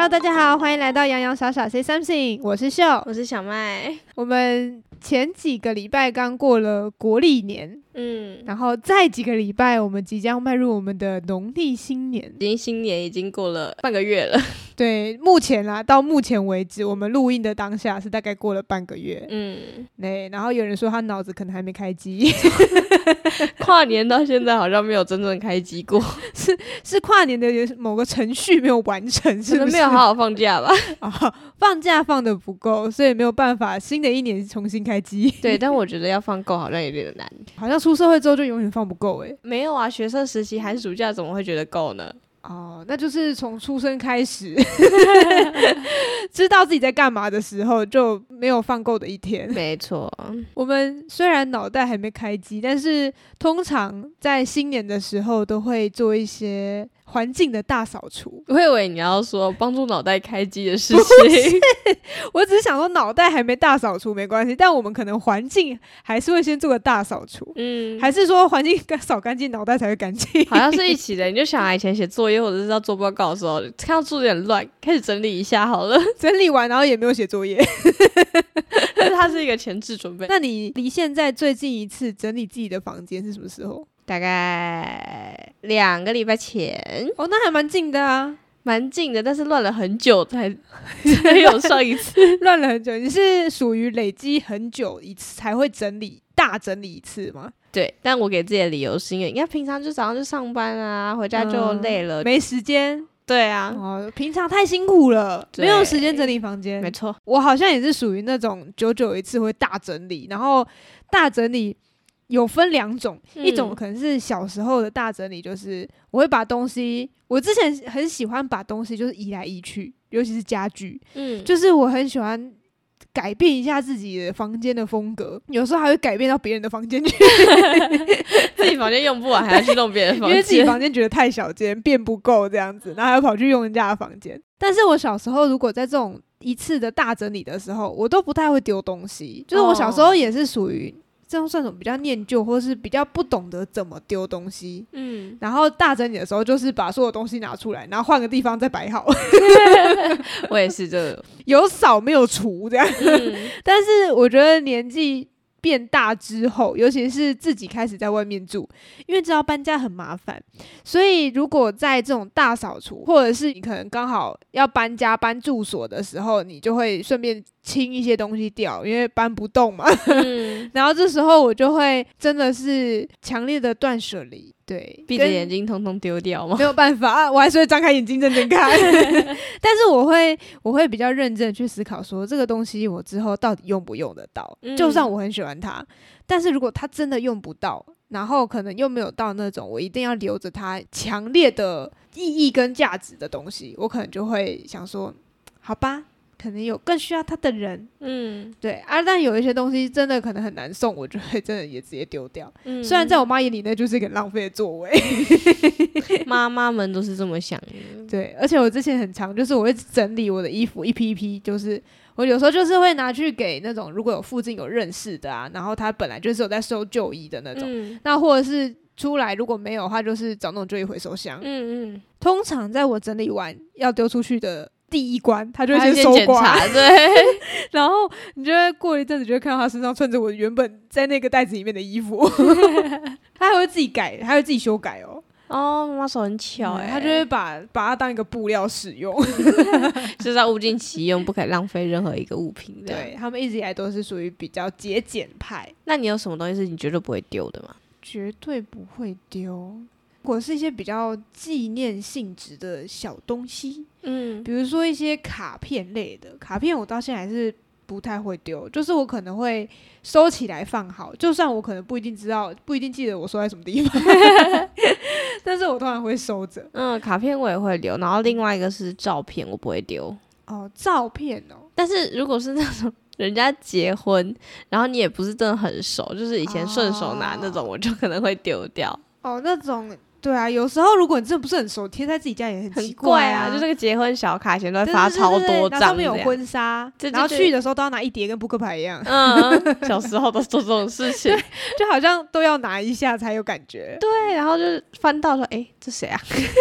Hello， 大家好，欢迎来到洋洋洒洒 Say Something， 我是秀， 我是小麦。 我们前几个礼拜刚过了国历年，然后再几个礼拜我们即将迈入我们的农历新年， 新年已经过了半个月了。 对，目前啦，到目前为止，我们录音的当下是大概过了半个月。对，然后有人说他脑子可能还没开机， 跨年到现在好像没有真正开机过， 是跨年的某个程序没有完成，是不是？ 可能没有好好放假吧？ 放假放的不够，所以没有办法新的一年重新开机。 对，但我觉得要放够好像有点难。 好像出社会之后就永远放不够欸。 没有啊，学生时期寒暑假怎么会觉得够呢？ 那就是从出生开始知道自己在干嘛的时候就没有放够的一天。 没错， 我们虽然脑袋还没开机，但是通常在新年的时候都会做一些环境的大扫除。 我以为你要说帮助脑袋开机的事情。 我只是想说脑袋还没大扫除没关系，但我们可能环境还是会先做个大扫除。还是说环境扫干净脑袋才会干净？好像是一起的。你就想以前写作业或者是要做报告的时候，看到桌子有点乱，开始整理一下好了。 整理完然后也没有写作业。 但是它是一个前置准备。 那你离现在最近一次整理自己的房间是什么时候？ 大概2个礼拜前。 那还蛮近的啊。 蛮近的，但是乱了很久才有上一次。 乱了很久，你是属于累积很久一次才会大整理一次吗？ 对，但我给自己的理由是因为，你看平常就早上就上班啊，回家就累了， 没时间。 对啊， 平常太辛苦了，没有时间整理房间。 没错， 我好像也是属于那种久久一次会大整理，然后大整理有分2种，一种可能是小时候的大整理，就是我会把东西，我之前很喜欢把东西就是移来移去，尤其是家具，就是我很喜欢改变一下自己的房间的风格，有时候还会改变到别人的房间去。 自己房间用不完还要去弄别人房间， 因为自己房间觉得太小间变不够这样子，然后还要跑去用人家的房间。但是我小时候如果在这种一次的大整理的时候，我都不太会丢东西，就是我小时候也是属于这样算什么比较念旧，或是比较不懂得怎么丢东西。然后大整理的时候就是把所有东西拿出来，然后换个地方再摆好。 我也是这个， 有扫没有除这样。但是我觉得年纪变大之后，尤其是自己开始在外面住，因为知道搬家很麻烦，所以如果在这种大扫除，或者是你可能刚好要搬家搬住所的时候，你就会顺便清一些东西掉，因为搬不动嘛。然后这时候我就会真的是强烈的断舍离。对， 闭着眼睛通通丢掉吗？ 没有办法，我还是会张开眼睛认真看。但是我会比较认真的去思考说，这个东西我之后到底用不用得到。就算我很喜欢它，但是如果它真的用不到，然后可能又没有到那种我一定要留着它强烈的意义跟价值的东西，我可能就会想说好吧，可能有更需要它的人。对啊，但有一些东西真的可能很难送，我就会真的也直接丢掉。虽然在我妈眼里那就是一个浪费的作为。 妈妈们都是这么想的。 对，而且我之前很常就是我会整理我的衣服一批一批，就是我有时候就是会拿去给那种如果有附近有认识的啊，然后他本来就是有在收旧衣的那种，那或者是出来如果没有的话，就是找那种旧衣回收箱。通常在我整理完要丢出去的第一关，他就会先收刮。 对。 然后你就会过一阵子就会看到他身上穿着我原本在那个袋子里面的衣服。他还会自己改，还会自己修改哦。 妈妈手很巧他就会把它当一个布料使用。 就是要物尽其用，不可以浪费任何一个物品。 对，他们一直以来都是属于比较节俭派。 那你有什么东西是你绝对不会丢的吗？ 绝对不会丢，或者是一些比较纪念性质的小东西。比如说一些卡片类的卡片，我到现在还是不太会丢，就是我可能会收起来放好，就算我可能不一定记得我收在什么地方。但是我通常会收着。 卡片我也会留，然后另外一个是照片，我不会丢。 照片但是如果是那种人家结婚，然后你也不是真的很熟，就是以前顺手拿那种，我就可能会丢掉。 那种对啊，有时候如果你真的不是很熟，贴在自己家也很奇怪啊。 就这个结婚小卡以前都会发超多张， 然后上面有婚纱，然后去的时候都要拿一叠，跟扑克牌一样。 小时候都做这种事情。 就好像都要拿一下才有感觉。 对，然后就翻到说，这谁啊？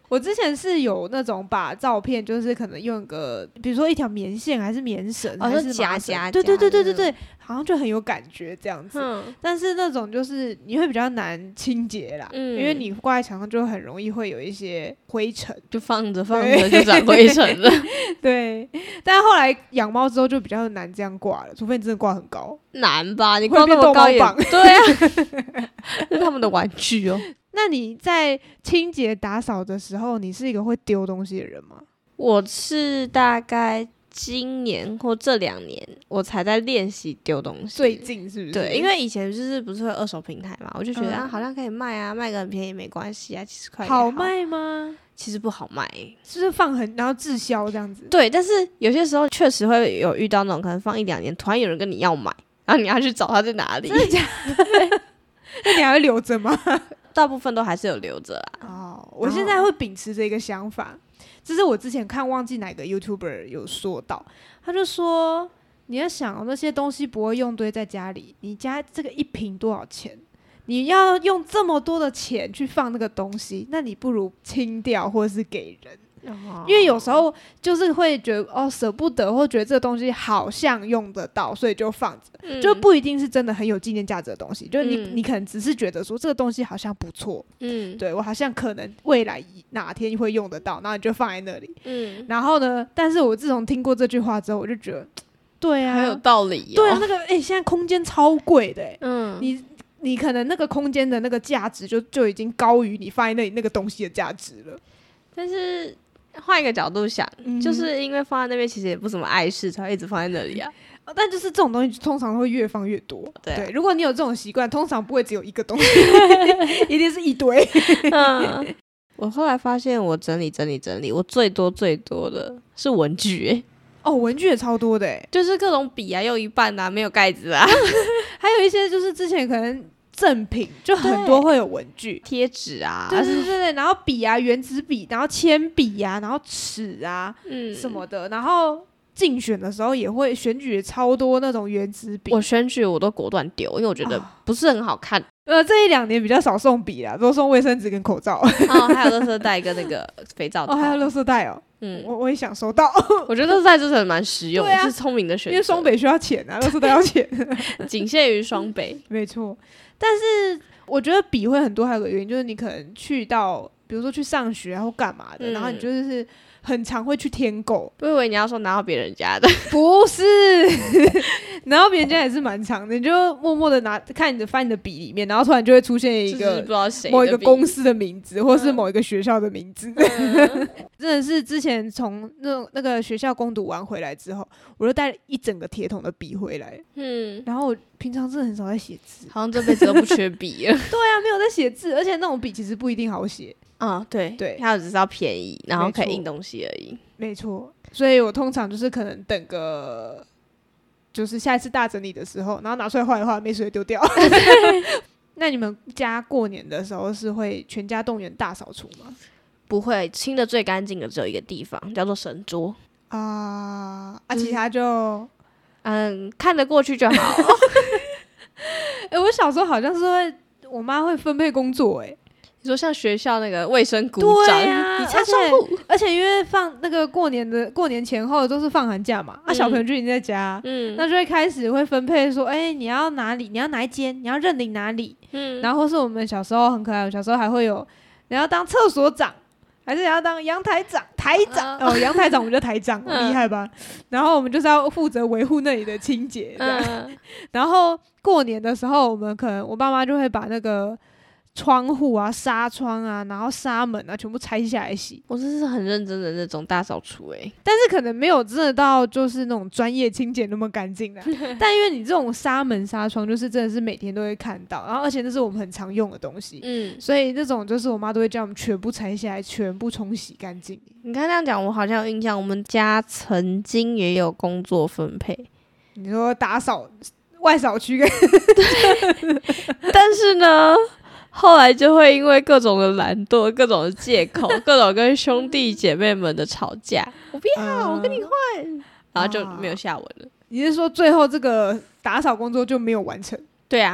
我之前是有那种把照片，就是可能用个，比如说一条棉线还是棉绳，还是夹， 对对对对对对，好像就很有感觉这样子。但是那种就是你会比较难清洁啦，因为你挂在墙上就很容易会有一些灰尘， 就放着放着就长灰尘了。 对，但后来养猫之后就比较难这样挂了，除非你真的挂很高。 难吧？你挂那么高也对啊，是他们的玩具哦。 那你在清洁打扫的时候，你是一个会丢东西的人吗？ 我是大概今年或这2年我才在练习丢东西。 最近是不是？ 对，因为以前就是不是会二手平台嘛，我就觉得好像可以卖啊，卖个很便宜没关系啊，几十块也好卖吗？ 其实不好卖， 就是放然后滞销这样子。 对，但是有些时候确实会有遇到那种可能放1-2年，突然有人跟你要买，然后你要去找他在哪里。 真的假的？那你还会留着吗？ 大部分都还是有留着啦。 哦，我现在会秉持着一个想法，这是我之前看忘记哪个 YouTuber 有说到，他就说你要想那些东西不会用堆在家里，你家这个1瓶多少钱？你要用这么多的钱去放那个东西，那你不如清掉或者是给人。因为有时候就是会觉得舍不得，或觉得这个东西好像用得到，所以就放着，就不一定是真的很有纪念价值的东西。就你可能只是觉得说这个东西好像不错，对我好像可能未来哪天会用得到，然后你就放在那里。然后呢，但是我自从听过这句话之后，我就觉得对啊， 很有道理。 对啊，那个现在空间超贵的，你可能那个空间的那个价值就已经高于你放在那里那个东西的价值了。 但是换一个角度想，就是因为放在那边其实也不怎么碍事，才会一直放在那里啊。 但就是这种东西通常会越放越多。对，如果你有这种习惯，通常不会只有一个东西，一定是一堆。 我后来发现，我整理，我最多的是文具。 文具也超多的， 就是各种笔啊，用一半啊，没有盖子啊， 还有一些就是之前可能赠品，就很多会有文具、 贴纸啊， 对，然后笔啊，原子笔，然后铅笔啊，然后尺啊，什么的，然后竞选的时候也会选举超多那种原子笔， 我选举我都果断丢，因为我觉得不是很好看。 这1-2年比较少送笔啦，都送卫生纸跟口罩。 还有垃圾袋跟那个肥皂套。 还有垃圾袋我也想收到。 我觉得垃圾袋真的蛮实用，是聪明的选择。 因为双北需要钱啊，垃圾袋要钱。 仅限于双北。 没错，但是我觉得笔会很多，还有个原因就是你可能去到，比如说去上学啊或干嘛的，然后你就是很常会去添购。 我以为你要说拿到别人家的。 不是。拿到别人家也是蛮长的，你就默默的翻你的笔里面，然后突然就会出现一个不知道谁某一个公司的名字，或是某一个学校的名字。真的是之前从那个学校攻读完回来之后，我就带了一整个铁桶的笔回来。然后我平常真的很少在写字， 好像这辈子都不缺笔了。 对啊，没有在写字，而且那种笔其实不一定好写。 对，它只是要便宜，然后可以印东西而已。 没错，所以我通常就是可能等个，就是下一次大整理的时候，然后拿出来画一画，没水丢掉。那你们家过年的时候是会全家动员大扫除吗？ 不会，清的最干净的只有一个地方，叫做神桌其他就看得过去就好。 我小时候好像是我妈会分配工作。 你说像学校那个卫生股长，你擦窗户， 而且因为放那个过年前后都是放寒假嘛，小朋友就已经在家，那就会开始会分配说，你要哪里，你要哪一间，你要认领哪里，然后或是我们小时候很可爱，小时候还会有你要当厕所长，还是你要当阳台长、台长阳台长我们叫台长，厉害吧？然后我们就是要负责维护那里的清洁，然后过年的时候，我爸妈就会把那个窗户啊、纱窗啊，然后纱门啊，全部拆下来洗。 我真是很认真的那种大扫除但是可能没有真的到就是那种专业清洁那么干净啦。但因为你这种纱门、纱窗，就是真的是每天都会看到，然后而且那是我们很常用的东西，所以那种就是我妈都会叫我们全部拆下来，全部冲洗干净。 你看这样讲，我好像有印象，我们家曾经也有工作分配。 你说打扫外扫区跟但是呢。后来就会因为各种的懒惰、各种的借口、各种跟兄弟姐妹们的吵架，我不要，我跟你换，然后就没有下文了。 你是说最后这个打扫工作就没有完成？ 对啊，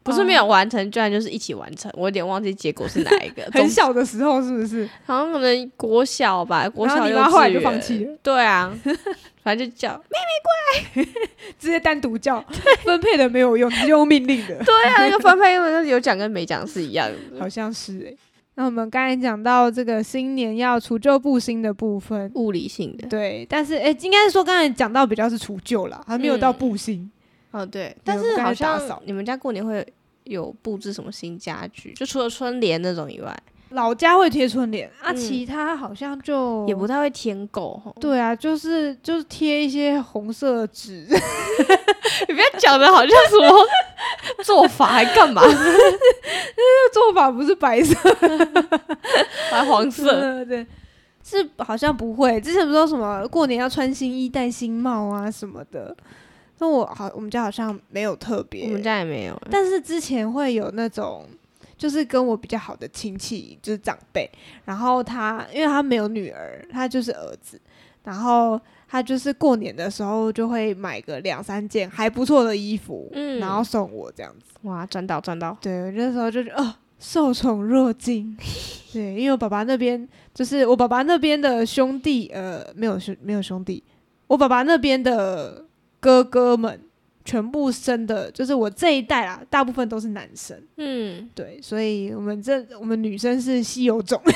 不是没有完成，居然就是一起完成，我有点忘记结果是哪一个。 很小的时候是不是？ 好像可能国小吧，国小幼稚园。 然后你妈后来就放弃了。 对啊，反正就叫妹妹过来，直接单独叫，分配的没有用，只用命令的。 对啊，那个分配有讲跟没讲是一样的， 好像是那我们刚才讲到这个新年要除旧布新的部分， 物理性的。 对，但是应该是说刚才讲到比较是除旧啦，还没有到布新。 哦，对，但是好像你们家过年会有布置什么新家具？就除了春联那种以外， 老家会贴春联啊，其他好像就也不太会添购。 对啊，就是贴一些红色纸。 你不要讲的好像什么做法还干嘛？那个做法不是白色， 还黄色。 对，是好像不会。之前不是说什么过年要穿新衣、戴新帽啊什么的。那我们家好像没有特别， 我们家也没有。 但是之前会有那种，就是跟我比较好的亲戚，就是长辈，然后因为他没有女儿，他就是儿子，然后他就是过年的时候就会买个2-3件还不错的衣服，然后送我这样子。 哇，赚到！ 对，我那时候就觉得受宠若惊。对，因为我爸爸那边就是我爸爸那边的兄弟，没有兄弟，我爸爸那边的哥哥们全部生的，就是我这一代啦，大部分都是男生。对，所以我们女生是稀有种。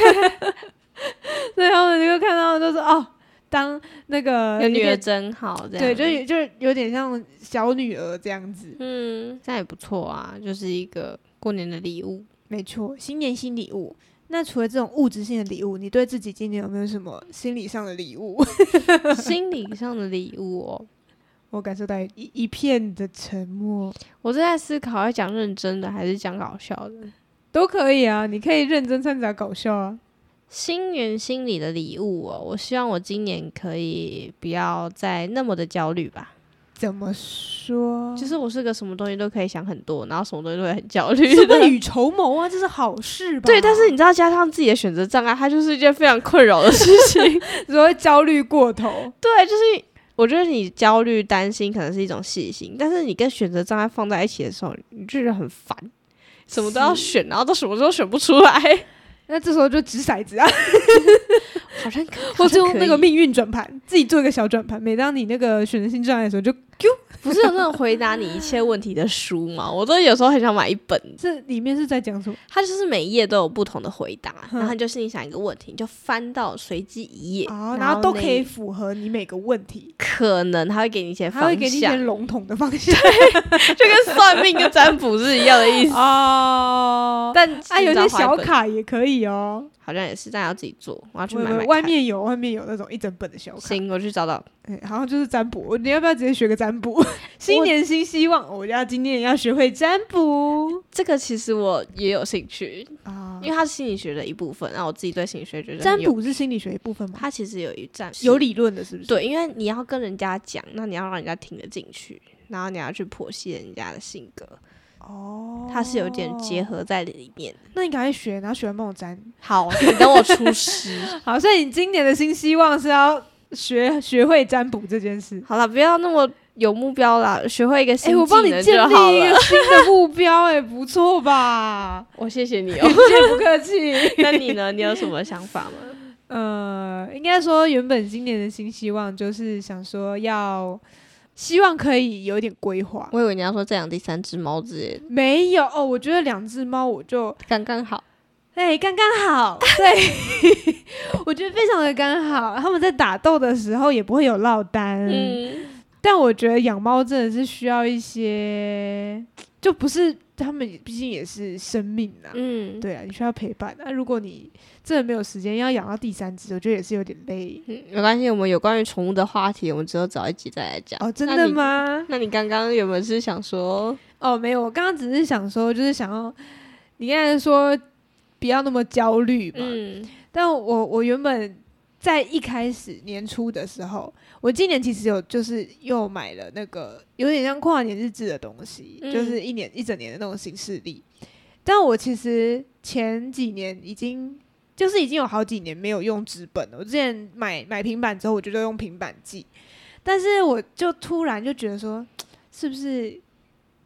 所以他们就看到就是当那个有女儿真好，这样对，就有点像小女儿这样子。 这样也不错啊，就是一个过年的礼物。 没错，新年新礼物。那除了这种物质性的礼物，你对自己今年有没有什么心理上的礼物？ 心理上的礼物哦。 我感受到一片的沉默。 我正在思考要讲认真的还是讲搞笑的， 都可以啊，你可以认真掺杂搞笑啊。 新年新礼的礼物哦，我希望我今年可以不要再那么的焦虑吧。 怎么说？ 就是我是个什么东西都可以想很多，然后什么东西都会很焦虑， 是未雨绸缪啊，这是好事吧？ 对，但是你知道，加上自己的选择障碍，它就是一件非常困扰的事情， 只会焦虑过头。 对，就是我觉得你焦虑、担心可能是一种细心，但是你跟选择障碍放在一起的时候，你就觉得很烦，什么都要选，然后都什么都选不出来。 那这时候就掷骰子啊， 好像或是用那个命运转盘，自己做一个小转盘。每当你那个选择性障碍的时候，就不是有那种回答你一切问题的书吗？我都有时候很想买一本。 这里面是在讲什么？ 它就是每一页都有不同的回答，然后就心里想一个问题，你就翻到随机一页， 然后都可以符合你每个问题。 可能它会给你一些方向， 它会给你一些笼统的方向， 就跟算命跟占卜是一样的意思哦。 但有些小卡也可以哦。 好像也是，但要自己做，我要去买买。 外面有那种一整本的小卡。 行，我去找找。 好像就是占卜。你要不要直接学个占卜？新年新希望，我今年要学会占卜。 这个其实我也有兴趣啊，因为它是心理学的一部分。然后我自己对心理学觉得占卜是心理学一部分吗？ 它其实有理论的，是不是？ 对，因为你要跟人家讲，那你要让人家听得进去，然后你要去剖析人家的性格。它是有点结合在里面。 那你赶快学，然后学完帮我占。 好，你等我出师。 好，所以你今年的新希望是要学会占卜这件事。 好了，不要那么有目标啦，学会一个新技能就好了。 我帮你建立一个新的目标，不错吧？ 我谢谢你哦， 不客气。 那你呢？你有什么想法吗？ 应该说原本今年的新希望就是想说希望可以有一点规划。 我以为你要说再养第3只猫之类的。 没有我觉得2只猫我就刚刚好。 对，刚刚好。对，我觉得非常的刚好。他们在打斗的时候也不会有落单。但我觉得养猫真的是需要一些，就不是他们毕竟也是生命啊。对啊，你需要陪伴。那如果你真的没有时间要养到第3只，我觉得也是有点累。 没关系，我们有关于宠物的话题，我们之后找一集再来讲。 真的吗？ 那你刚刚原本是想说？ 没有，我刚刚只是想说，就是想要你刚才说不要那么焦虑嘛。但我原本在一开始年初的时候，我今年其实就是又买了那个有点像跨年日志的东西，就是一整年的那种行事历。但我其实前几年已经有好几年没有用纸本了。我之前买平板之后，我就用平板记。但是我就突然就觉得说，是不是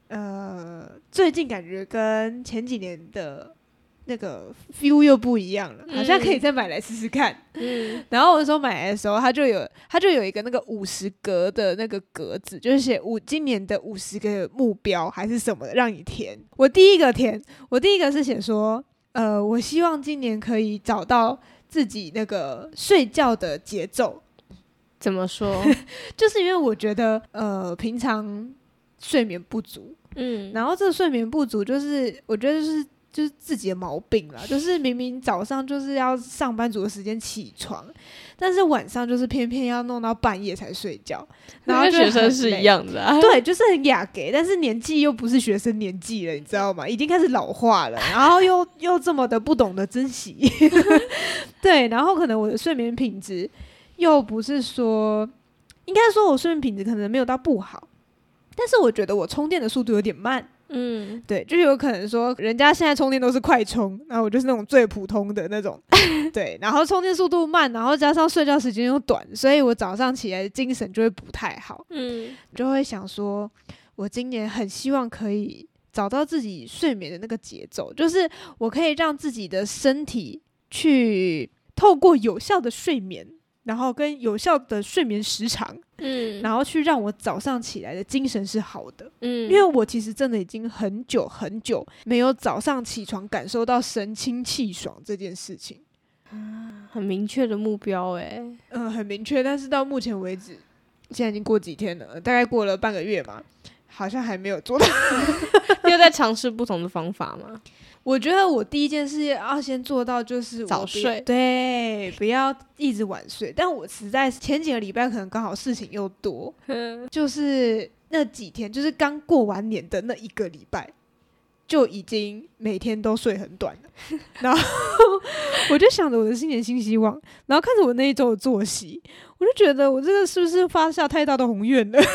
最近感觉跟前几年的那个 feel 又不一样了，好像可以再买来试试看。然后我那时候买来的时候，它就有一个那个50格的那个格子，就是写今年的50个目标还是什么的让你填。我第一个是写说，我希望今年可以找到自己那个睡觉的节奏。 怎么说？ 就是因为我觉得平常睡眠不足，然后这个睡眠不足就是我觉得就是自己的毛病啦，就是明明早上就是要上班族的时间起床，但是晚上就是偏偏要弄到半夜才睡觉，然后跟学生是一样的啊。 对，就是很雅给，但是年纪又不是学生年纪了，你知道吗？已经开始老化了，然后又这么的不懂得珍惜，对，然后可能我的睡眠品质又不是说，应该说我睡眠品质可能没有到不好，但是我觉得我充电的速度有点慢。对，就有可能说人家现在充电都是快充，然后我就是那种最普通的那种对，然后充电速度慢，然后加上睡觉时间又短，所以我早上起来精神就会不太好。就会想说我今年很希望可以找到自己睡眠的那个节奏，就是我可以让自己的身体去透过有效的睡眠，然后跟有效的睡眠时长，然后去让我早上起来的精神是好的。因为我其实真的已经很久很久没有早上起床感受到神清气爽这件事情。 很明确的目标很明确，但是到目前为止，现在已经过几天了，大概过了半个月嘛，好像还没有做到。 又在尝试不同的方法吗？ 我觉得我第一件事要先做到就是早睡， 对，不要一直晚睡。但我实在前几个礼拜可能刚好事情又多，就是那几天，就是刚过完年的那一个礼拜，就已经每天都睡很短了。然后我就想着我的新年新希望，然后看着我那一周的作息，我就觉得我这个是不是发下太大的宏愿了？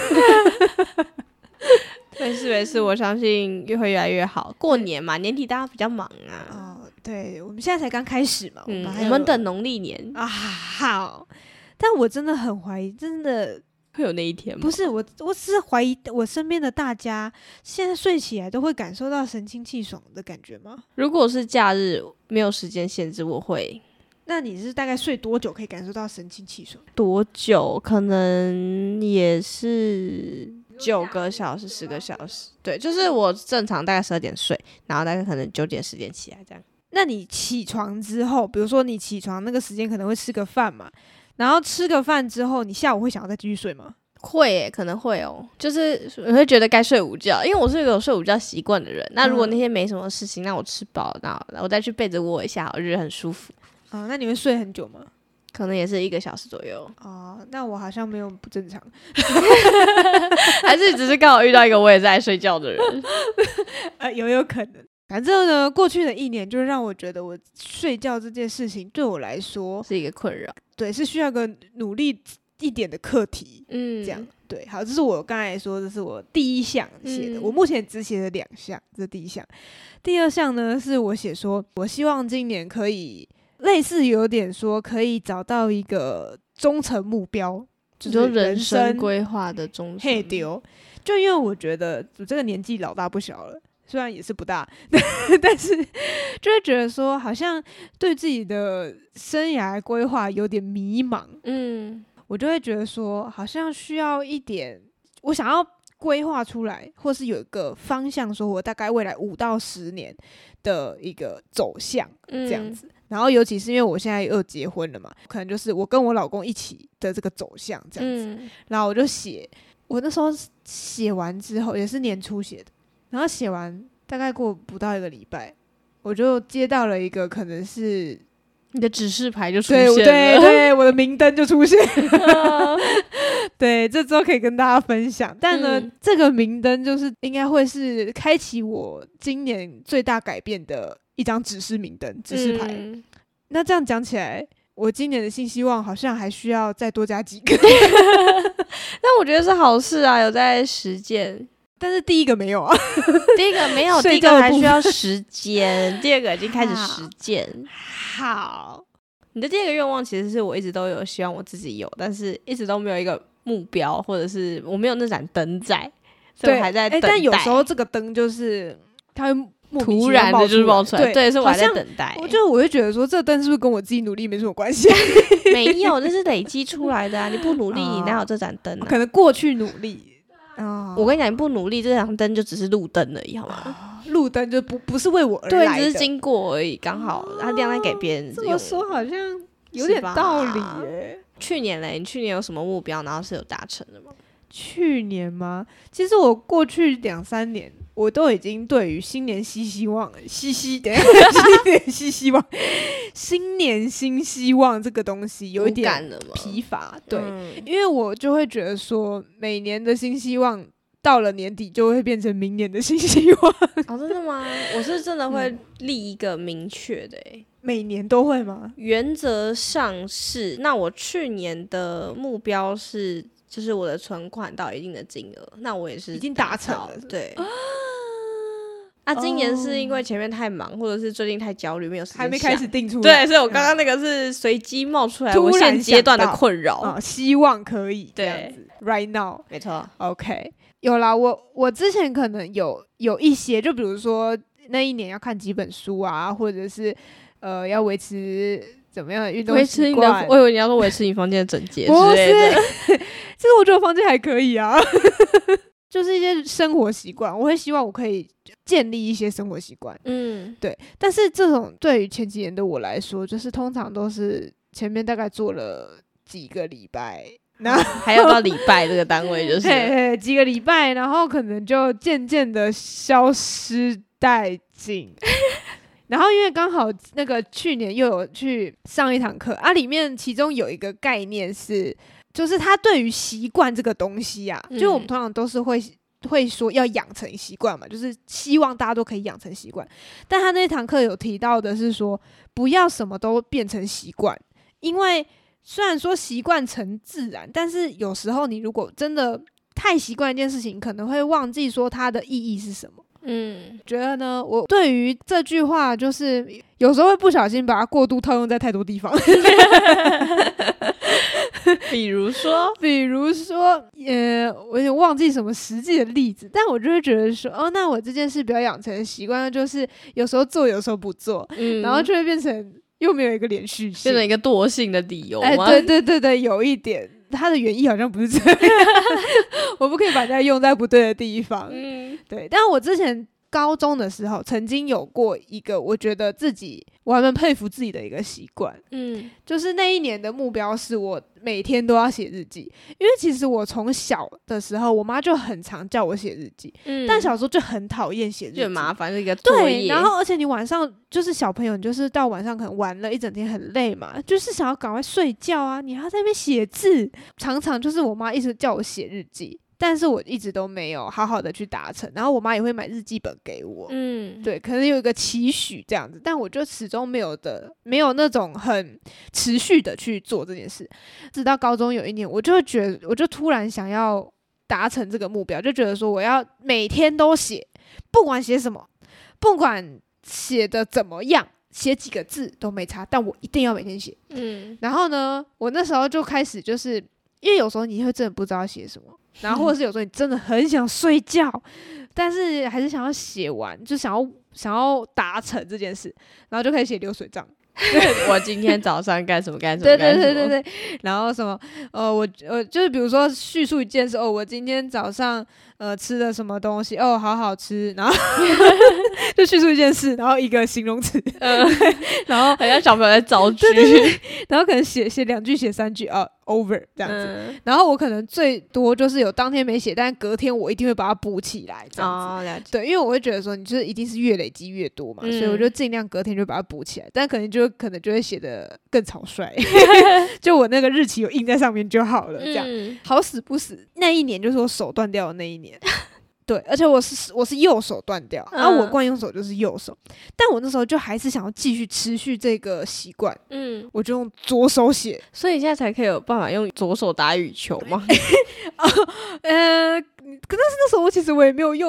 没事，我相信会越来越好。过年嘛，年底大家比较忙啊。 对，我们现在才刚开始嘛， 我们等农历年啊。好，但我真的很怀疑，真的会有那一天吗？ 不是，我只是怀疑我身边的大家现在睡起来都会感受到神清气爽的感觉吗？ 如果是假日没有时间限制，我会。 那你是大概睡多久可以感受到神清气爽？ 多久？可能也是9个小时、10个小时。对，就是我正常大概12点睡，然后大概可能9点10点起来这样。 那你起床之后，比如说你起床那个时间可能会吃个饭嘛，然后吃个饭之后，你下午会想要再继续睡吗？ 会可能会哦，就是我会觉得该睡午觉，因为我是一个有睡午觉习惯的人。那如果那天没什么事情，那我吃饱，那我再去被子窝一下，我觉得很舒服。 那你会睡很久吗？ 可能也是1个小时左右。 那我好像没有不正常， 还是只是刚好遇到一个我也在睡觉的人。 有可能。反正呢，过去的1年就让我觉得我睡觉这件事情对我来说是一个困扰， 对，是需要个努力一点的课题。这样对。好，这是我刚才说，这是我第一项写的，我目前只写了2项，这是第一项。第二项呢，是我写说，我希望今年可以类似有点说可以找到一个中程目标，就是人生规划的中程。 嘿丢，就因为我觉得我这个年纪老大不小了。虽然也是不大，但是就会觉得说，好像对自己的生涯规划有点迷茫。我就会觉得说，好像需要一点，我想要规划出来，或是有一个方向，说我大概未来5到10年的一个走向这样子。然后尤其是因为我现在又结婚了嘛，可能就是我跟我老公一起的这个走向这样子。然后我就写，我那时候写完之后也是年初写的。然后写完大概过不到1个礼拜，我就接到了一个可能是你的指示牌就出现了， 对，我的明灯就出现了。对，这之后可以跟大家分享。但呢，这个明灯就是应该会是开启我今年最大改变的一张指示明灯、指示牌。那这样讲起来，我今年的新希望好像还需要再多加几个。 但我觉得是好事啊，有在实践。 但是第一个没有啊， 第一个没有，第一个还需要时间，第二个已经开始实践。 好， 你的第二个愿望其实是我一直都有希望我自己有，但是一直都没有一个目标，或者是我没有那盏灯在， 所以我还在等待。 但有时候这个灯就是它会突然的就是冒出来，对，所以我还在等待。 我会觉得说，这灯是不是跟我自己努力没什么关系？ 没有，这是累积出来的啊！你不努力，你哪有这盏灯啊？ 可能过去努力。 我跟你讲，你不努力，这盏灯就只是路灯而已，好吗？ 路灯就不是为我而来的， 对，只是经过而已，刚好它亮来给别人用。 这么说好像有点道理耶。 去年嘞，你去年有什么目标，然后是有达成的吗？ 去年吗？其实我过去2-3年，我都已经对于新年新希望，新年新希望这个东西有一点疲乏。对，因为我就会觉得说，每年的新希望到了年底就会变成明年的新希望。 哦，真的吗？我是真的会立一个明确的每年都会吗？ 原则上是。那我去年的目标是，就是我的存款到一定的金额，那我也是已经达成了。 对。今年是因为前面太忙，或者是最近太焦虑，没有时间想， 还没开始定出来。 对，所以我刚刚那个是随机冒出来，我现阶段的困扰。 希望可以这样子 ，right now， 没错。 OK， 有啦，我之前可能有一些，就比如说那一年要看几本书啊，或者是要维持怎么样的运动习惯。 我以为你要说维持你房间的整洁之类的。 不是，这个我觉得我房间还可以啊。就是一些生活习惯，我会希望我可以建立一些生活习惯。对。但是这种对于前几年的我来说，就是通常都是前面大概做了几个礼拜，然后还有到礼拜这个单位就是几个礼拜，然后可能就渐渐的消失殆尽。然后因为刚好那个去年又有去上一堂课啊，里面其中有一个概念是，就是他对于习惯这个东西啊，就我们通常都是会说要养成习惯嘛，就是希望大家都可以养成习惯。但他那堂课有提到的是说，不要什么都变成习惯，因为虽然说习惯成自然，但是有时候你如果真的太习惯一件事情，可能会忘记说它的意义是什么。觉得呢，我对于这句话就是有时候会不小心把它过度套用在太多地方。 比如说， 我有点忘记什么实际的例子，但我就会觉得说，那我这件事不要养成习惯，就是有时候做，有时候不做，然后就会变成又没有一个连续性， 变成一个惰性的理由吗？ 对，有一点，它的原意好像不是这样。我不可以把它用在不对的地方。对。但我之前高中的时候曾经有过一个我觉得我还蛮佩服自己的一个习惯。就是那一年的目标是我每天都要写日记，因为其实我从小的时候我妈就很常叫我写日记，但小时候就很讨厌写日记， 就很麻烦，是一个作业。 对，然后而且你晚上就是小朋友，你就是到晚上可能玩了一整天很累嘛，就是想要赶快睡觉啊，你还要在那边写字，常常就是我妈一直叫我写日记，但是我一直都没有好好的去达成，然后我妈也会买日记本给我。对，可能有一个期许这样子，但我就始终没有那种很持续的去做这件事。直到高中有一年，我就突然想要达成这个目标，就觉得说我要每天都写，不管写什么，不管写的怎么样，写几个字都没差，但我一定要每天写。然后呢，我那时候就开始就是因为有时候你会真的不知道写什么，然后或者是有时候你真的很想睡觉，但是还是想要写完，就想要达成这件事，然后就开始写流水账。 我今天早上干什么？ 对，然后什么我就是比如说叙述一件事，我今天早上吃了什么东西，好好吃，然后就叙述一件事，然后一个形容词，然后好像小朋友在造句， 对，然后可能写2句，写3句over 这样子，然后我可能最多就是有当天没写，但隔天我一定会把它补起来这样子。 了解。 对，因为我会觉得说你就是一定是越累积越多嘛，所以我就尽量隔天就把它补起来，但可能就会写得更草率。就我那个日期有印在上面就好了，这样。好死不死那一年就是我手断掉的那一年。对，而且我是右手断掉，然后我惯用手就是右手，但我那时候就还是想要继续持续这个习惯，我就用左手写， 所以你现在才可以有办法用左手打羽球吗？ 可是那时候其实我也没有用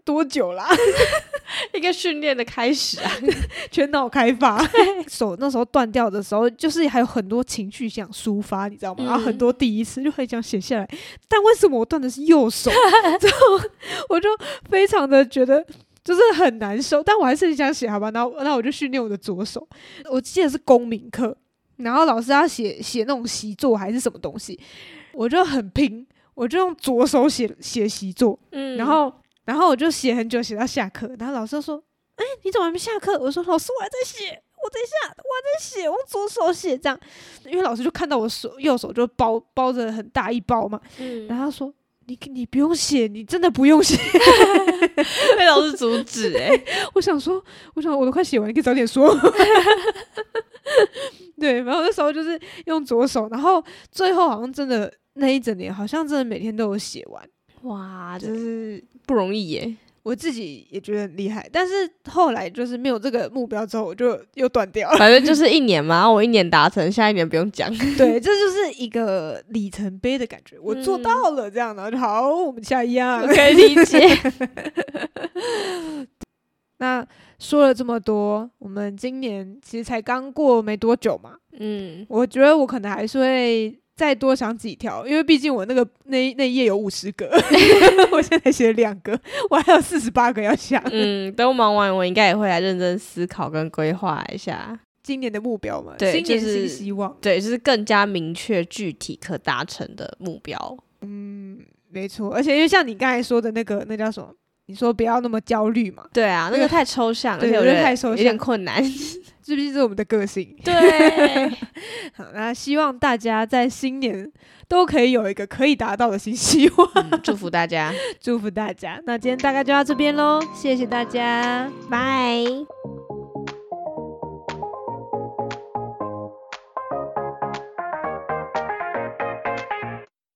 多久啦？ 一个训练的开始啊， 全脑开发。手那时候断掉的时候，就是还有很多情绪想抒发，你知道吗？然后很多第一次就很想写下来，但为什么我断的是右手？之后我就非常的觉得就是很难受，但我还是很想写，好吧？然后我就训练我的左手。我记得是公民课，然后老师要写那种习作还是什么东西，我就很拼，我就用左手写习作，然后我就写很久，写到下课，然后老师就说：“你怎么还没下课？”我说：“老师，我还在写，我还在写，我用左手写这样。”因为老师就看到我右手就包着很大一包嘛，然后他说：“你不用写，你真的不用写。” 被老师阻止我想我都快写完，你可以早点说。对，然后那时候就是用左手，然后最后好像真的那一整年，好像真的每天都有写完。 哇，就是不容易耶。 我自己也觉得很厉害，但是后来就是没有这个目标之后，我就又断掉了。 反正就是1年嘛，然后我1年达成，下1年不用讲。 对，这就是一个里程碑的感觉，我做到了这样，然后就好，我们下一样。 我可以理解。 那说了这么多，我们今年其实才刚过没多久嘛，我觉得我可能还是会再多想几条，因为毕竟我那一页有50个，我现在写了2个，我还有48个要想。 等我忙完，我应该也会来认真思考跟规划一下今年的目标嘛， 对， 新年新希望， 对，就是更加明确、具体、可达成的目标。 没错，而且因为像你刚才说的那叫什么？你说不要那么焦虑嘛？ 对啊，那个太抽象， 而且我觉得太抽象， 有点困难。 是不是我们的个性？ 对。 好，那希望大家在新年都可以有一个可以达到的新希望。 祝福大家， 祝福大家。那今天大概就到这边咯，谢谢大家， 拜。